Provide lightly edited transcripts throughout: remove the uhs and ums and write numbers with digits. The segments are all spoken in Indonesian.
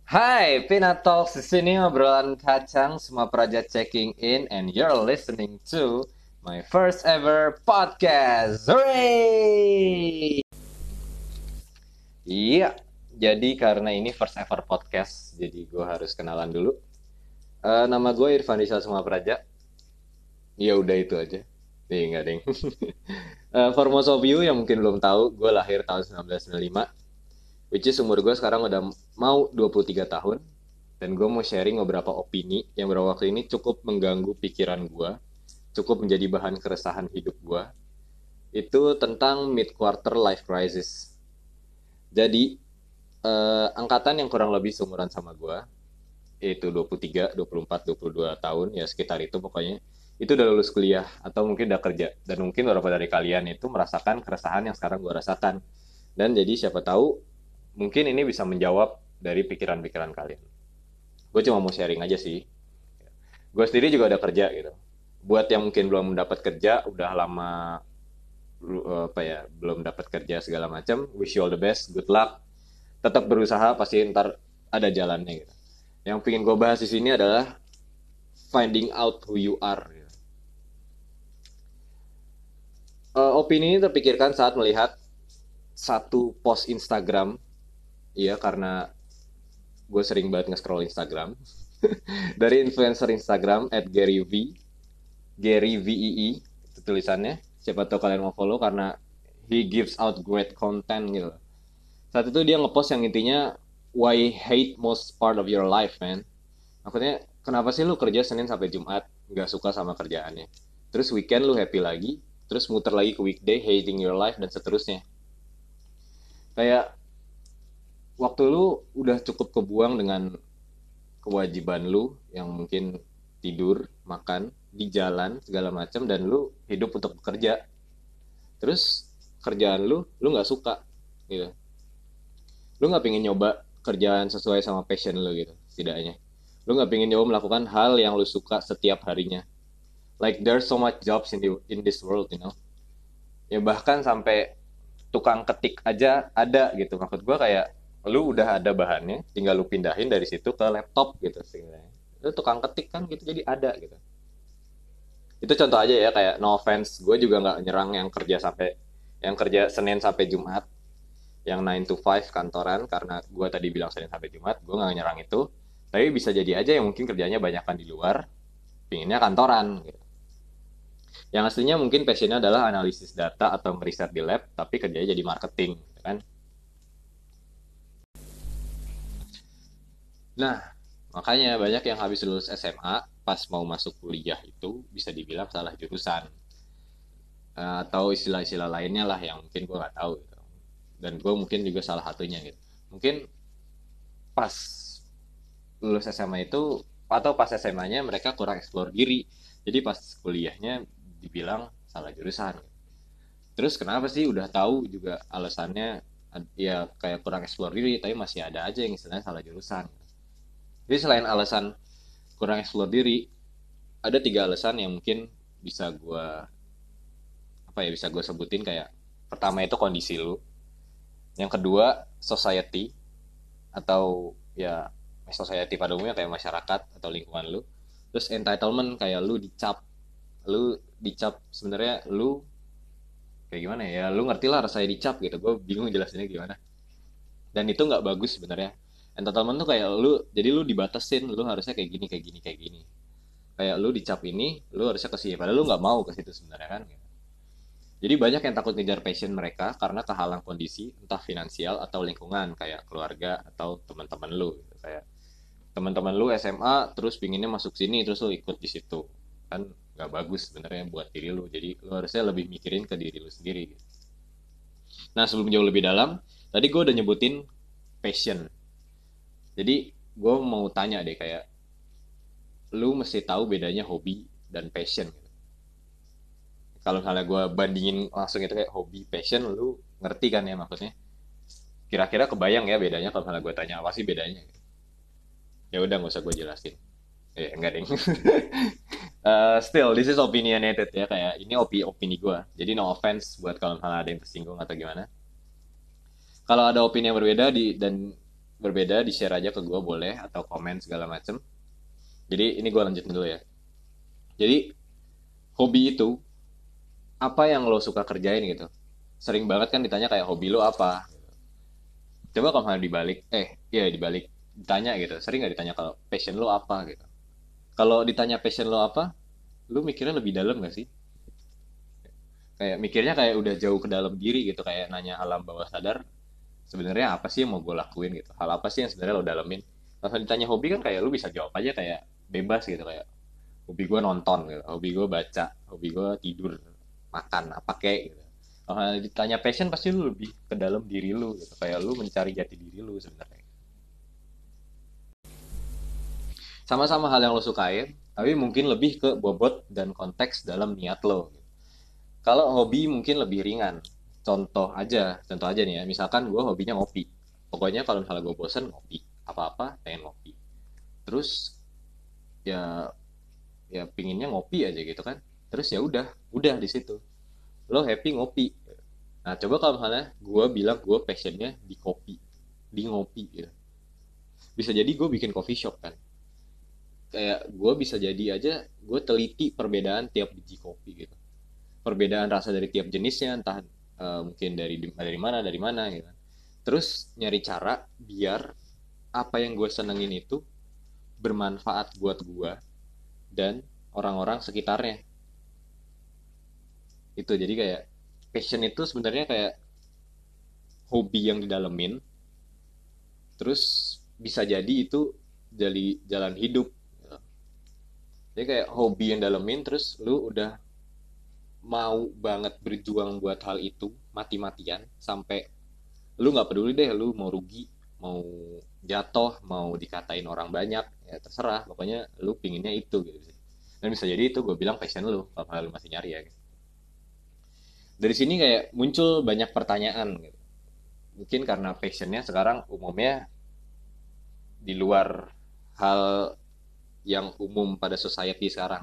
Hai, Peanut Talks di sini obrolan kacang semua peraja checking in and you're listening to my first ever podcast. Hooray! Iya, jadi karena ini first ever podcast, jadi gue harus kenalan dulu. Nama gue Irfan Rizal Semua Praja. Ya udah itu aja. Nih, enggak, deng. For most of you yang mungkin belum tahu, gue lahir tahun 1995. Which is umur gue sekarang udah mau 23 tahun. Dan gue mau sharing beberapa opini yang beberapa waktu ini cukup mengganggu pikiran gue. Cukup menjadi bahan keresahan hidup gue. Itu tentang mid-quarter life crisis. Jadi, angkatan yang kurang lebih seumuran sama gue, yaitu 23, 24, 22 tahun, ya sekitar itu pokoknya, itu udah lulus kuliah atau mungkin udah kerja. Dan mungkin beberapa dari kalian itu merasakan keresahan yang sekarang gue rasakan. Dan jadi siapa tahu mungkin ini bisa menjawab dari pikiran-pikiran kalian. Gue cuma mau sharing aja sih. Gue sendiri juga udah kerja gitu. Buat yang mungkin belum mendapat kerja, udah lama apa ya, belum dapat kerja segala macam, wish you all the best, good luck. Tetap berusaha, pasti ntar ada jalannya gitu. Yang pengen gue bahas di sini adalah finding out who you are. Gitu. Opini ini terpikirkan saat melihat satu post Instagram, ya karena gue sering banget nge-scroll Instagram dari influencer Instagram Gary VEE itu tulisannya. Siapa tahu kalian mau follow karena he gives out great content gitu. Saat itu dia ngepost yang intinya why hate most part of your life, man. Maksudnya kenapa sih lu kerja Senin sampai Jumat nggak suka sama kerjaannya? Terus weekend lu happy lagi, terus muter lagi ke weekday hating your life dan seterusnya. Kayak waktu lu udah cukup kebuang dengan kewajiban lu yang mungkin tidur, makan, di jalan segala macam dan lu hidup untuk bekerja. Terus kerjaan lu nggak suka gitu. Lu nggak pengen nyoba kerjaan sesuai sama passion lu gitu, setidaknya. Lu nggak pengen nyoba melakukan hal yang lu suka setiap harinya. Like there's so much jobs in this world, you know. Ya bahkan sampai tukang ketik aja ada gitu. Maksud gua kayak lu udah ada bahannya, tinggal lu pindahin dari situ ke laptop gitu sebenarnya. Lu tukang ketik kan gitu jadi ada gitu. Itu contoh aja ya, kayak no offense, gue juga nggak nyerang yang kerja Senin sampai Jumat, yang 9 to 5 kantoran, karena gue tadi bilang Senin sampai Jumat, gue nggak nyerang itu. Tapi bisa jadi aja yang mungkin kerjanya banyakan di luar, pinginnya kantoran gitu. Yang aslinya mungkin passionnya adalah analisis data atau ngeriset di lab, tapi kerjanya jadi marketing gitu kan. Nah, makanya banyak yang habis lulus SMA pas mau masuk kuliah itu bisa dibilang salah jurusan. Atau istilah-istilah lainnya lah yang mungkin gue nggak tahu gitu. Dan gue mungkin juga salah satunya gitu. Mungkin pas lulus SMA itu atau pas SMA-nya mereka kurang eksplor diri, jadi pas kuliahnya dibilang salah jurusan. Terus kenapa sih udah tahu juga alasannya, ya kayak kurang eksplor diri tapi masih ada aja yang istilahnya salah jurusan. Jadi selain alasan kurang eksplor diri, ada tiga alasan yang mungkin bisa gue bisa gue sebutin. Kayak pertama itu kondisi lu, yang kedua society atau ya society pada umumnya kayak masyarakat atau lingkungan lu. Terus entitlement, kayak lu dicap sebenarnya lu kayak gimana ya, lu ngerti lah rasanya dicap gitu, gue bingung jelasinnya gimana. Dan itu nggak bagus sebenarnya. Entitlement tuh kayak lu, jadi lu dibatasin, lu harusnya kayak gini kayak gini kayak gini, kayak lu dicap ini lu harusnya ke sini padahal lu nggak mau ke situ sebenarnya kan. Jadi banyak yang takut ngejar passion mereka karena kehalang kondisi, entah finansial atau lingkungan, kayak keluarga atau teman-teman lu gitu. Kayak teman-teman lu SMA terus pinginnya masuk sini terus lu ikut di situ, kan nggak bagus sebenarnya buat diri lu. Jadi lu harusnya lebih mikirin ke diri lu sendiri gitu. Nah, sebelum jauh lebih dalam, tadi gue udah nyebutin passion. Jadi gue mau tanya deh, kayak lu mesti tahu bedanya hobi dan passion gitu. Kalau misalnya gue bandingin langsung itu kayak hobi passion, lu ngerti kan ya maksudnya. Kira-kira kebayang ya bedanya kalau misalnya gue tanya apa sih bedanya. Ya udah nggak usah gue jelasin. Enggak deh. Still this is opinionated ya, kayak ini opini gue. Jadi no offense buat kalau misalnya ada yang tersinggung atau gimana. Kalau ada opini yang berbeda dan berbeda di share aja ke gue boleh, atau komen segala macem. Jadi ini gue lanjut dulu ya. Jadi hobi itu apa yang lo suka kerjain gitu. Sering banget kan ditanya kayak hobi lo apa. Coba kalau misalnya dibalik, iya dibalik ditanya gitu. Sering nggak ditanya kalau passion lo apa gitu. Kalau ditanya passion lo apa, lo mikirnya lebih dalam gak sih? Kayak mikirnya kayak udah jauh ke dalam diri gitu, kayak nanya alam bawah sadar, sebenarnya apa sih yang mau gue lakuin gitu, hal apa sih yang sebenarnya lo dalemin. Kalau ditanya hobi kan kayak lo bisa jawab aja kayak bebas gitu, kayak hobi gue nonton gitu, hobi gue baca, hobi gue tidur, makan apa kayak gitu. Kalau ditanya passion pasti lu lebih ke dalam diri lu gitu, kayak lu mencari jati diri lu sebenarnya. Sama-sama hal yang lo sukain, tapi mungkin lebih ke bobot dan konteks dalam niat lo. Kalau hobi mungkin lebih ringan. Contoh aja nih ya. Misalkan gue hobinya ngopi. Pokoknya kalau misalnya gue bosen ngopi, apa-apa pengen ngopi. Terus ya ya pinginnya ngopi aja gitu kan. Terus ya udah di situ. Lo happy ngopi. Nah coba kalau misalnya gue bilang gue passionnya di kopi, di ngopi gitu. Bisa jadi gue bikin coffee shop kan. Kayak gue bisa jadi aja gue teliti perbedaan tiap biji kopi gitu, perbedaan rasa dari tiap jenisnya, entah mungkin dari mana gitu. Terus nyari cara biar apa yang gue senengin itu bermanfaat buat gue dan orang-orang sekitarnya. Itu jadi kayak passion itu sebenarnya kayak hobi yang didalemin, terus bisa jadi itu jadi jalan hidup. Jadi kayak hobi yang dalemin, terus lu udah mau banget berjuang buat hal itu mati-matian sampai lu nggak peduli deh lu mau rugi, mau jatuh, mau dikatain orang banyak, ya terserah, pokoknya lu pinginnya itu gitu. Dan bisa jadi itu gue bilang passion lu kalau lu masih nyari ya gitu. Dari sini kayak muncul banyak pertanyaan gitu. Mungkin karena passionnya sekarang umumnya di luar hal yang umum pada society sekarang.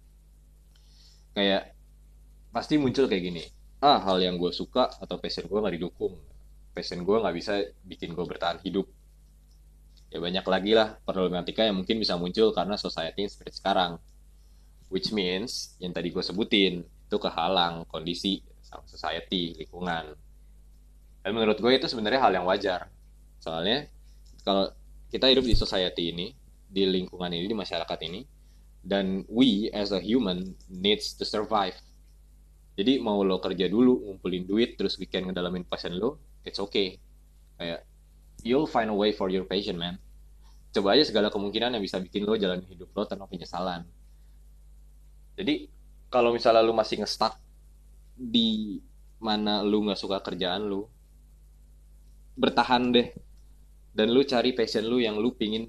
Kayak pasti muncul kayak gini, hal yang gue suka atau passion gue nggak didukung, passion gue nggak bisa bikin gue bertahan hidup. Ya banyak lagi lah problematika yang mungkin bisa muncul karena society seperti sekarang, which means yang tadi gue sebutin itu kehalang kondisi sama society, lingkungan. Dan menurut gue itu sebenarnya hal yang wajar, soalnya kalau kita hidup di society ini, di lingkungan ini, di masyarakat ini, dan we as a human needs to survive. Jadi mau lo kerja dulu, ngumpulin duit, terus weekend ngedalamin passion lo, it's okay. Kayak, you'll find a way for your passion, man. Coba aja segala kemungkinan yang bisa bikin lo jalan hidup lo tanpa penyesalan. Jadi, kalau misalnya lo masih nge-stuck di mana lo nggak suka kerjaan lo, bertahan deh. Dan lo cari passion lo yang lo pingin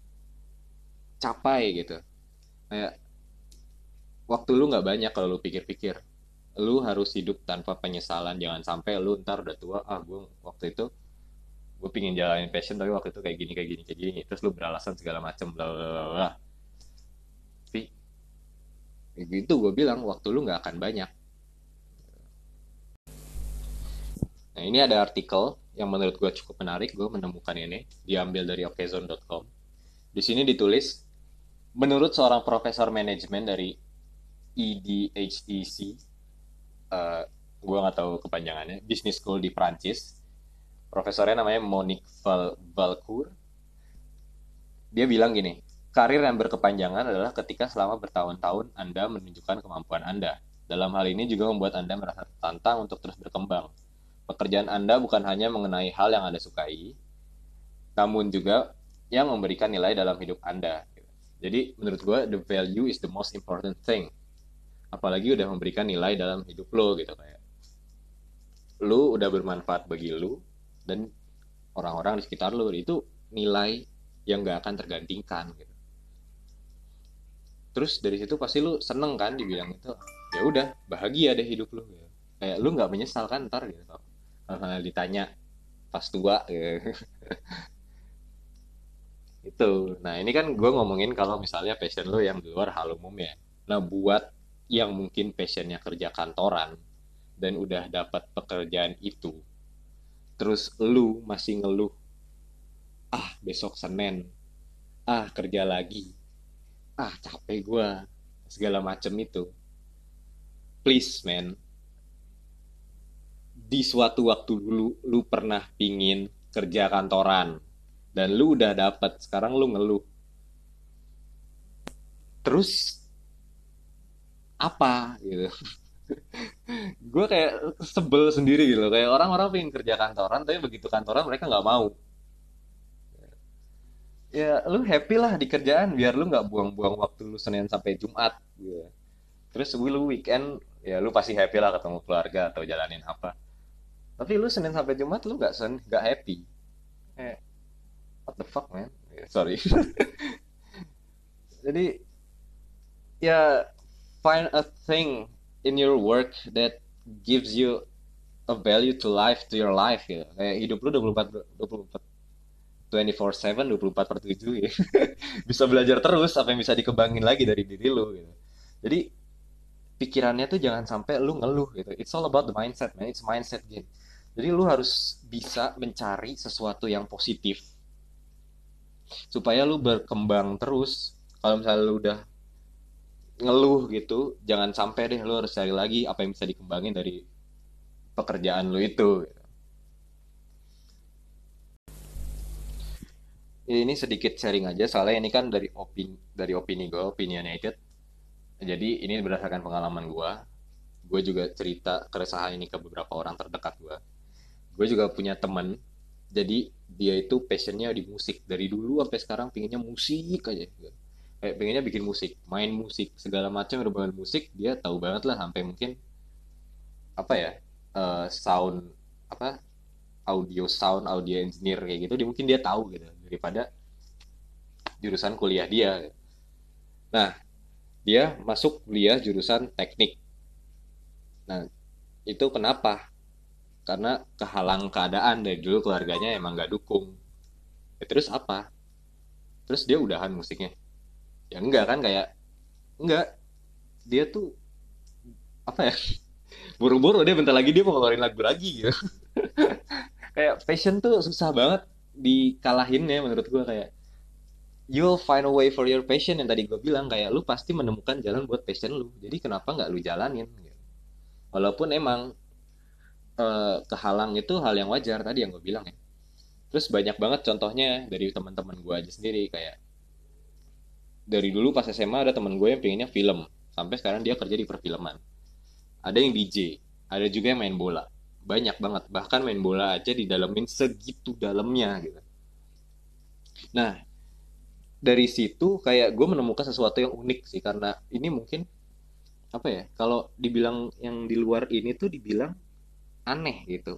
capai gitu. Kayak, waktu lu nggak banyak kalau lu pikir-pikir. Lu harus hidup tanpa penyesalan. Jangan sampai lu ntar udah tua, gue waktu itu gue pingin jalanin passion tapi waktu itu kayak gini, terus lu beralasan segala macem bla bla bla bla. Tapi gitu gue bilang waktu lu nggak akan banyak. Nah ini ada artikel yang menurut gue cukup menarik, gue menemukan ini, diambil dari okezone.com. Di sini ditulis, menurut seorang profesor manajemen dari EDHEC, uh, gue nggak tahu kepanjangannya, Business School di Prancis. Profesornya namanya Monique Valcourt. Dia bilang gini, karir yang berkepanjangan adalah ketika selama bertahun-tahun Anda menunjukkan kemampuan Anda. Dalam hal ini juga membuat Anda merasa tertantang untuk terus berkembang. Pekerjaan Anda bukan hanya mengenai hal yang Anda sukai, namun juga yang memberikan nilai dalam hidup Anda. Jadi menurut gue, the value is the most important thing. Apalagi udah memberikan nilai dalam hidup lo gitu, kayak lu udah bermanfaat bagi lu dan orang-orang di sekitar lu, itu nilai yang gak akan tergantikan gitu. Terus dari situ pasti lu seneng kan dibilang itu, ya udah bahagia deh hidup lu gitu. Kayak lu nggak menyesal kan ntar gitu kalau ditanya pas tua gitu. Itu. Nah ini kan gue ngomongin kalau misalnya passion lu yang di luar hal umum ya. Nah buat yang mungkin passionnya kerja kantoran dan udah dapat pekerjaan itu, terus lu masih ngeluh, besok Senin, kerja lagi, capek gua, segala macem itu. Please man, di suatu waktu dulu lu pernah pingin kerja kantoran dan lu udah dapet, sekarang lu ngeluh. Terus apa gitu? Gue kayak sebel sendiri gitu, kayak orang-orang pengen kerja kantoran tapi begitu kantoran mereka nggak mau. Ya lu happy lah di kerjaan biar lu nggak buang-buang waktu lu Senin sampai Jumat gitu. Terus lu weekend ya lu pasti happy lah ketemu keluarga atau jalanin apa. Tapi lu Senin sampai Jumat lu nggak happy. Eh, what the fuck man? Sorry. Jadi ya find a thing in your work that gives you a value to life, to your life ya. Kayak hidup lu 24 24/7, 24/7 ya. Bisa belajar terus apa yang bisa dikembangin lagi dari diri lu gitu. Jadi pikirannya tuh jangan sampai lu ngeluh gitu. It's all about the mindset, man. It's mindset game. Jadi lu harus bisa mencari sesuatu yang positif supaya lu berkembang terus. Kalau misalnya lu udah ngeluh gitu, jangan sampai deh lu harus cari lagi apa yang bisa dikembangin dari pekerjaan lu itu. Ini sedikit sharing aja, soalnya ini kan dari opini gue, opinionated. Jadi ini berdasarkan pengalaman gue. Gue juga cerita keresahan ini ke beberapa orang terdekat gue. Gue juga punya temen, jadi dia itu passionnya di musik. Dari dulu sampai sekarang pinginnya musik aja. Kayak pengennya bikin musik, main musik, segala macam berhubungan musik, dia tahu banget lah sampai mungkin apa ya, sound apa audio engineer kayak gitu dia mungkin dia tahu gitu daripada jurusan kuliah dia. Nah, dia masuk kuliah jurusan teknik. Nah, itu kenapa? Karena kehalang keadaan dari dulu keluarganya emang gak dukung. Ya, terus apa? Terus dia udahan musiknya? Ya enggak kan, kayak enggak. Dia tuh apa ya? Buru-buru dia bentar lagi dia mau ngeluarin lagu lagi gitu. Kayak passion tuh susah banget dikalahin ya menurut gue. Kayak you'll find a way for your passion yang tadi gue bilang, kayak lu pasti menemukan jalan buat passion lu. Jadi kenapa nggak lu jalanin gitu. Walaupun emang kehalang itu hal yang wajar tadi yang gue bilang ya. Terus banyak banget contohnya dari teman-teman gue aja sendiri. Kayak dari dulu pas SMA ada teman gue yang pengennya film, sampai sekarang dia kerja di perfilman. Ada yang DJ, ada juga yang main bola. Banyak banget, bahkan main bola aja didalemin segitu dalamnya gitu. Nah, dari situ kayak gue menemukan sesuatu yang unik sih, karena ini mungkin apa ya, kalau dibilang yang di luar ini tuh dibilang aneh gitu.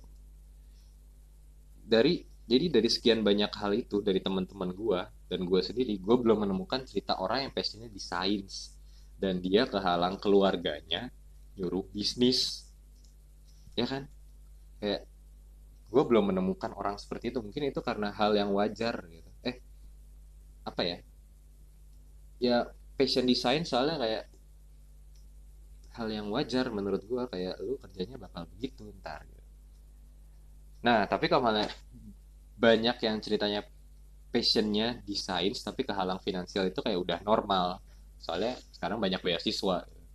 Jadi dari sekian banyak hal itu dari teman-teman gue dan gue sendiri, gue belum menemukan cerita orang yang passionnya di sains dan dia kehalang keluarganya nyuruh bisnis, ya kan? Kayak gue belum menemukan orang seperti itu. Mungkin itu karena hal yang wajar gitu. Apa ya? Ya passion design soalnya kayak hal yang wajar menurut gue, kayak lu kerjanya bakal begitu ntar gitu. Nah tapi kalau malah banyak yang ceritanya passionnya di sains tapi kehalang finansial, itu kayak udah normal, soalnya sekarang banyak beasiswa.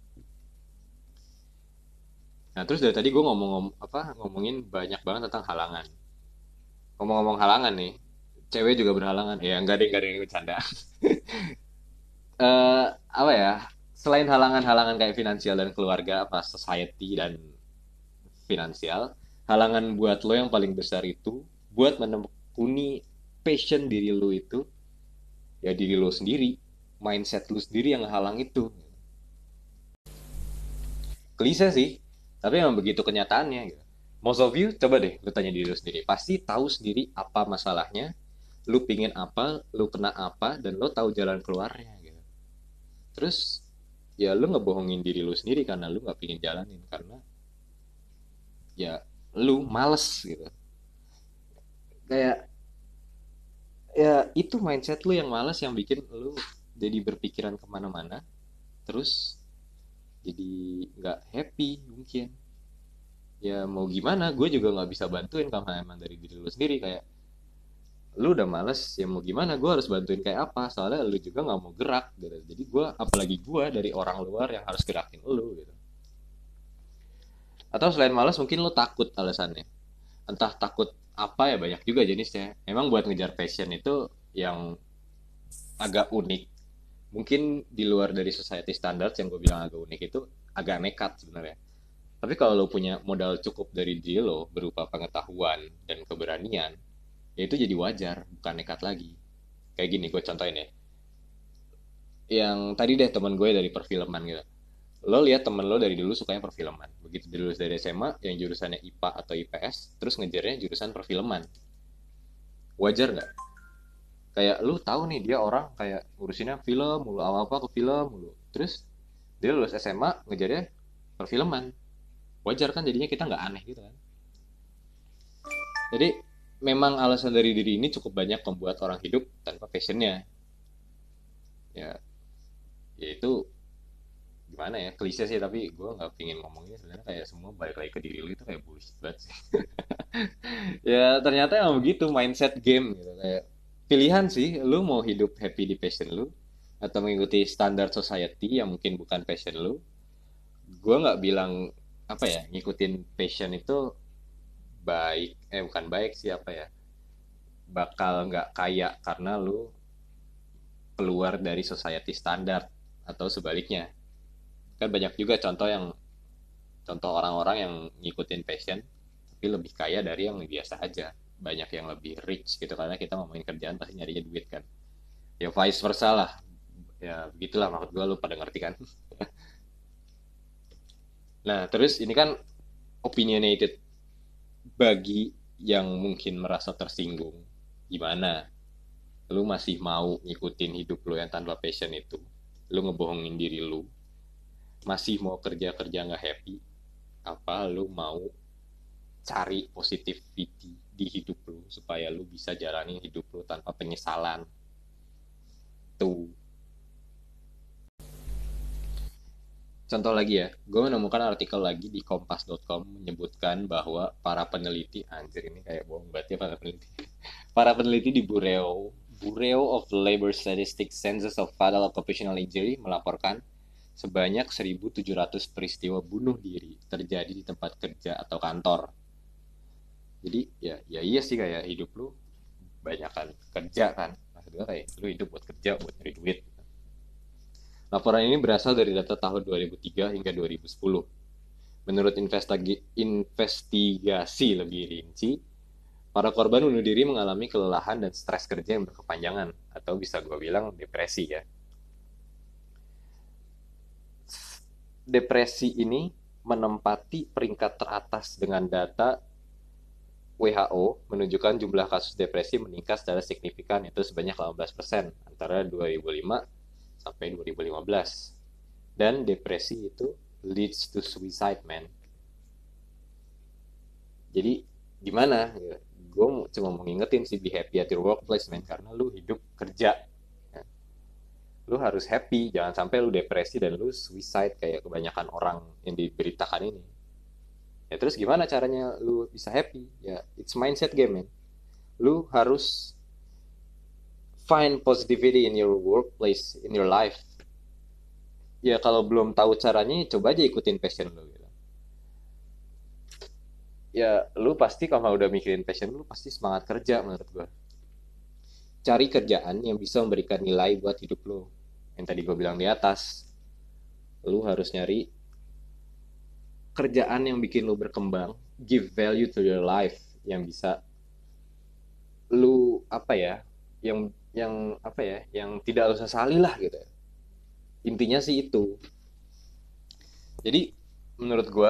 Nah terus dari tadi gue ngomongin banyak banget tentang halangan. Ngomong-ngomong halangan nih, cewek juga berhalangan ya, enggak ada yang bercanda. Apa ya, selain halangan-halangan kayak finansial dan keluarga, apa society dan finansial, halangan buat lo yang paling besar itu buat menekuni passion diri lo itu ya diri lo sendiri, mindset lo sendiri yang halang itu. Klise sih, tapi emang begitu kenyataannya gitu. Most of you coba deh lu tanya diri lu sendiri, pasti tahu sendiri apa masalahnya, lu pingin apa, lu kena apa, dan lu tahu jalan keluarnya gitu. Terus ya lu ngebohongin diri lu sendiri karena lu nggak pingin jalanin, karena ya lu males gitu. Kayak ya itu mindset lu yang males yang bikin lu jadi berpikiran kemana-mana, terus jadi nggak happy mungkin. Ya mau gimana, gue juga nggak bisa bantuin karena emang dari diri lu sendiri. Kayak lu udah males ya mau gimana, gue harus bantuin kayak apa, soalnya lu juga nggak mau gerak gitu. Jadi gue, apalagi gue dari orang luar yang harus gerakin lu gitu. Atau selain males mungkin lu takut alasannya, entah takut apa ya, banyak juga jenisnya. Emang buat ngejar passion itu yang agak unik, mungkin di luar dari society standard yang gue bilang agak unik itu, agak nekat sebenarnya. Tapi kalau lo punya modal cukup dari diri lo berupa pengetahuan dan keberanian, ya itu jadi wajar, bukan nekat lagi. Kayak gini, gue contohin ya. Yang tadi deh teman gue dari perfilman gitu. Lo lihat temen lo dari dulu sukanya perfilman. Begitu dia lulus dari SMA, yang jurusannya IPA atau IPS, terus ngejarnya jurusan perfilman. Wajar nggak? Kayak lu tahu nih dia orang kayak ngurusinnya film mulu, apa-apa ke film mulu. Terus dia lulus SMA ngejarnya perfilman. Wajar kan jadinya, kita nggak aneh gitu kan. Jadi memang alasan dari diri ini cukup banyak membuat orang hidup tanpa passionnya. Ya, ya itu gimana ya, klise sih, tapi gue nggak pingin ngomongnya sebenarnya, kayak semua balik lagi ke diri lu, itu kayak bullshit banget sih. Ya ternyata emang begitu mindset game gitu, kayak pilihan sih, lu mau hidup happy di passion lu atau mengikuti standar society yang mungkin bukan passion lu. Gue nggak bilang apa ya, ngikutin passion itu baik, bukan baik sih, apa ya, bakal nggak kaya karena lu keluar dari society standar atau sebaliknya. Kan banyak juga contoh orang-orang yang ngikutin passion tapi lebih kaya dari yang biasa aja. Banyak yang lebih rich gitu, karena kita ngomongin kerjaan pasti nyarinya duit kan. Ya vice versa lah. Ya begitulah, maksud gue lu pada ngerti kan. Nah terus ini kan opinionated bagi yang mungkin merasa tersinggung. Gimana? Lu masih mau ngikutin hidup lu yang tanpa passion itu? Lu ngebohongin diri lu? Masih mau kerja-kerja nggak happy? Apa lu mau cari positivity di hidup lu supaya lu bisa jalani hidup lu tanpa penyesalan? Tuh. Contoh lagi ya, gue menemukan artikel lagi di kompas.com menyebutkan bahwa para peneliti, anjir ini kayak bohong banget ya, para peneliti. Para peneliti di Bureau of Labor Statistics Census of Fatal Occupational Injury melaporkan sebanyak 1.700 peristiwa bunuh diri terjadi di tempat kerja atau kantor. Jadi ya iya sih, kayak hidup lu banyak kan kerja kan. Maksudnya kayak lu hidup buat kerja, buat nyari duit. Laporan ini berasal dari data tahun 2003 hingga 2010. Menurut investigasi lebih rinci, para korban bunuh diri mengalami kelelahan dan stres kerja yang berkepanjangan, atau bisa gue bilang depresi ya. Depresi ini menempati peringkat teratas dengan data WHO menunjukkan jumlah kasus depresi meningkat secara signifikan, yaitu sebanyak 18% antara 2005 sampai 2015. Dan depresi itu leads to suicide, man. Jadi gimana? Gue cuma mau ngingetin sih, be happy at your workplace, man. Karena lu hidup kerja, lu harus happy. Jangan sampai lu depresi dan lu suicide kayak kebanyakan orang yang diberitakan ini. Ya terus gimana caranya lu bisa happy? Ya it's mindset game, man. Lu harus find positivity in your workplace, in your life. Ya kalau belum tahu caranya, coba aja ikutin passion lu gitu. Ya lu pasti kalau udah mikirin passion lu pasti semangat kerja menurut gua. Cari kerjaan yang bisa memberikan nilai buat hidup lu. Yang tadi gue bilang di atas, lu harus nyari kerjaan yang bikin lu berkembang, give value to your life, yang bisa lu apa ya, yang apa ya, yang tidak lu sesali lah gitu. Intinya sih itu. Jadi menurut gua,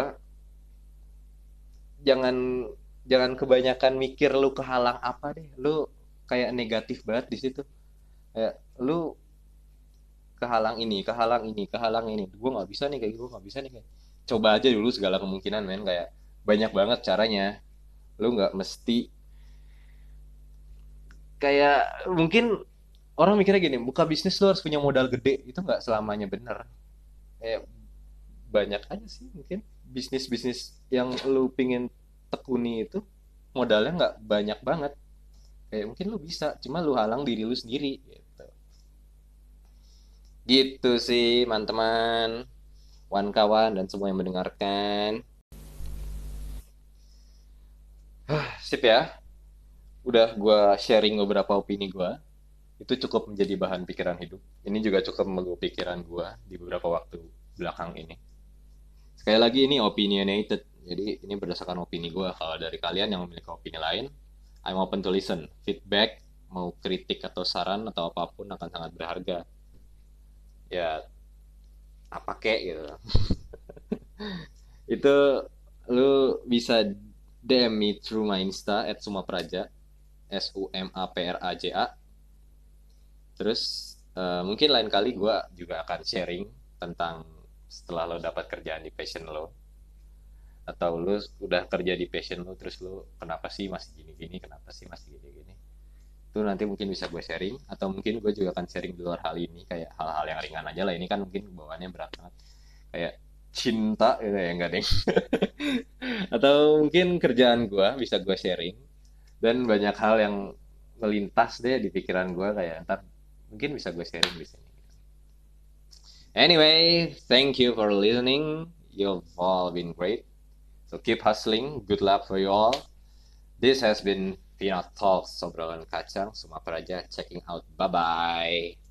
jangan jangan kebanyakan mikir lu kehalang apa deh. Lu kayak negatif banget di situ. Kayak lu kehalang ini, kehalang ini, kehalang ini. Gue nggak bisa nih kayak gitu, gue nggak bisa nih kayak. Coba aja dulu segala kemungkinan, men. Kayak banyak banget caranya. Lu nggak mesti kayak, mungkin orang mikirnya gini, buka bisnis lu harus punya modal gede. Itu nggak selamanya bener. Kayak banyak aja sih mungkin bisnis-bisnis yang lu pingin tekuni itu modalnya nggak banyak banget. Kayak mungkin lu bisa, cuma lu halang diri lu sendiri gitu. Gitu sih, teman-teman, kawan-kawan dan semua yang mendengarkan. Sip ya. Udah gua sharing beberapa opini gua. Itu cukup menjadi bahan pikiran hidup. Ini juga cukup menggugah pikiran gua di beberapa waktu belakang ini. Sekali lagi ini opinionated. Jadi ini berdasarkan opini gua. Kalau dari kalian yang memiliki opini lain, I'm open to listen. Feedback, mau kritik atau saran atau apapun akan sangat berharga. Ya, apa kek gitu. Itu lu bisa DM me through my Insta @sumapraja, SUMAPRAJA. Terus mungkin lain kali gue juga akan sharing tentang setelah lo dapat kerjaan di passion lo, atau lo udah kerja di passion lo terus lo kenapa sih masih gini-gini, kenapa sih masih gini-gini. Itu nanti mungkin bisa gue sharing, atau mungkin gue juga akan sharing di luar hal ini, kayak hal-hal yang ringan aja lah. Ini kan mungkin bawaannya berat banget, kayak cinta gitu ya, enggak deh. Atau mungkin kerjaan gue bisa gue sharing, dan banyak hal yang melintas deh di pikiran gue, kayak ntar mungkin bisa gue sharing di sini. Anyway, thank you for listening. You've all been great. So keep hustling. Good luck for you all. This has been Peanut Talks, obrolan kacang, Sumapraja checking out. Bye bye.